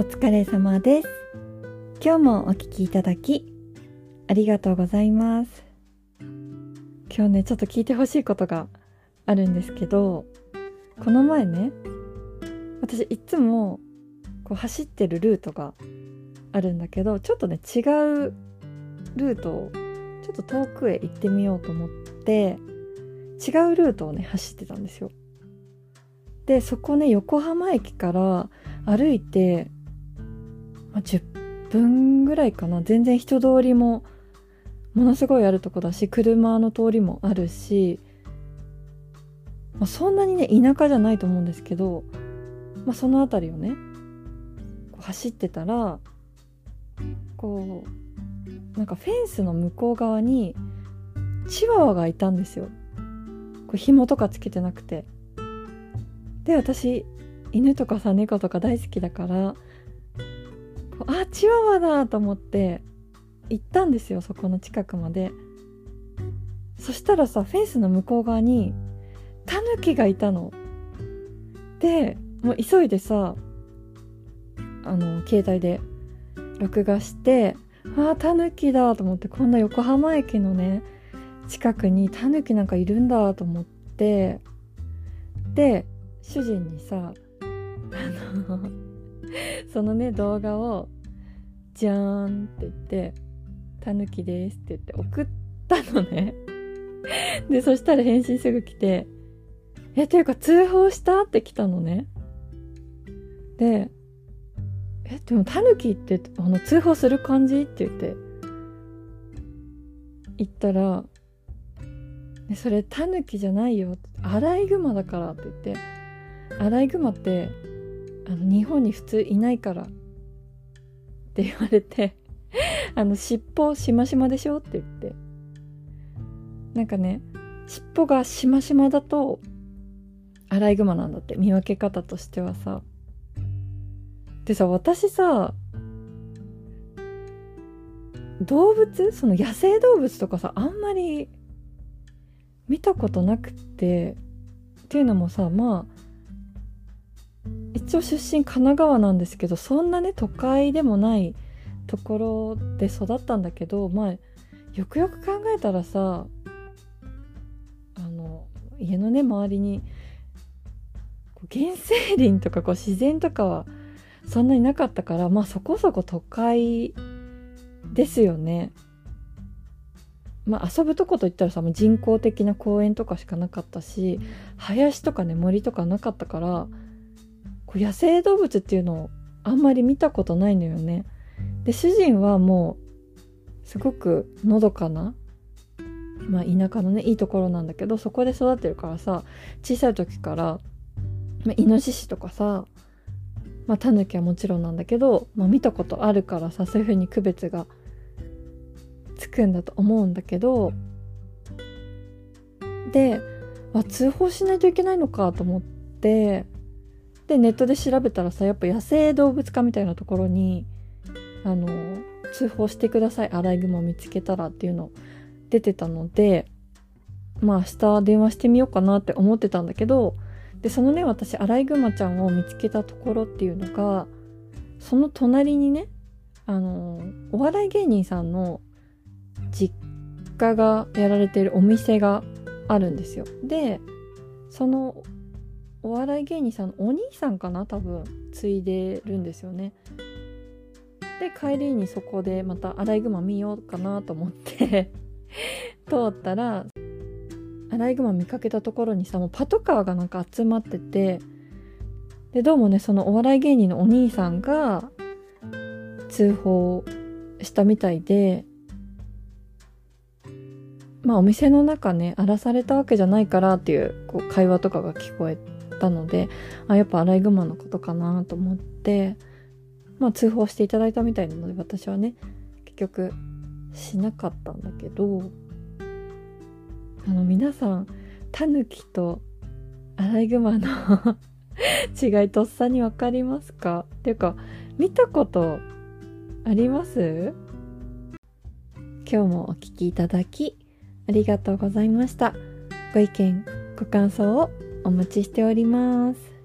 お疲れ様です。今日もお聞きいただきありがとうございます。今日ね、ちょっと聞いてほしいことがあるんですけど、この前ね、私いつもこう走ってるルートがあるんだけど、ちょっとね違うルートをちょっと遠くへ行ってみようと思って違うルートをね走ってたんですよ。でそこね、横浜駅から歩いて、10分ぐらいかな。全然人通りもものすごいあるとこだし、車の通りもあるし、そんなにね田舎じゃないと思うんですけど、その辺りをねこう走ってたら、こうなんかフェンスの向こう側にチワワがいたんですよ。こう紐とかつけてなくて。で私犬とかさ猫とか大好きだから、チワワだと思って行ったんですよ、そこの近くまで。そしたらさ、フェンスの向こう側にタヌキがいたので、もう急いでさ携帯で録画して、タヌキだと思って、こんな横浜駅のね近くにタヌキなんかいるんだと思って、で主人にさそのね動画をじゃーんって言って、タヌキですって言って送ったのね。でそしたら返信すぐ来て、というか通報したって来たのね。ででもタヌキって通報する感じって言ったら、それタヌキじゃないよ、アライグマだからって言って、アライグマって日本に普通いないからって言われて尻尾しましまでしょって言って、なんかね尻尾がしましまだとアライグマなんだって、見分け方としてはさ。でさ、私さ動物、その野生動物とかさあんまり見たことなくて、っていうのもさ、一応出身神奈川なんですけど、そんなね都会でもないところで育ったんだけど、よくよく考えたらさ、家のね周りに原生林とか自然とかはそんなになかったから、そこそこ都会ですよね。遊ぶとこといったらさ、人工的な公園とかしかなかったし、林とかね森とかなかったから、野生動物っていうのをあんまり見たことないのよね。で主人はもうすごくのどかな、田舎のねいいところなんだけど、そこで育ってるからさ、小さい時から、イノシシとかさ、タヌキはもちろんなんだけど、見たことあるからさ、そういう風に区別がつくんだと思うんだけど、で通報しないといけないのかと思って、でネットで調べたらさ、やっぱ野生動物課みたいなところに通報してください、アライグマ見つけたらっていうの出てたので、明日電話してみようかなって思ってたんだけど、でそのね私アライグマちゃんを見つけたところっていうのが、その隣にねお笑い芸人さんの実家がやられているお店があるんですよ。でそのお笑い芸人さんのお兄さんかな、多分継いでるんですよね。で帰りにそこでまたアライグマ見ようかなと思って通ったら、アライグマ見かけたところにさ、もうパトカーがなんか集まってて、でどうもねそのお笑い芸人のお兄さんが通報したみたいで、お店の中ね荒らされたわけじゃないからっていう会話とかが聞こえたので、やっぱアライグマのことかなと思って、通報していただいたみたいなので、私はね結局しなかったんだけど、皆さんタヌキとアライグマの違いとっさに分かりますか？っていうか見たことあります？今日もお聞きいただきありがとうございました。ご意見ご感想をお待ちしております。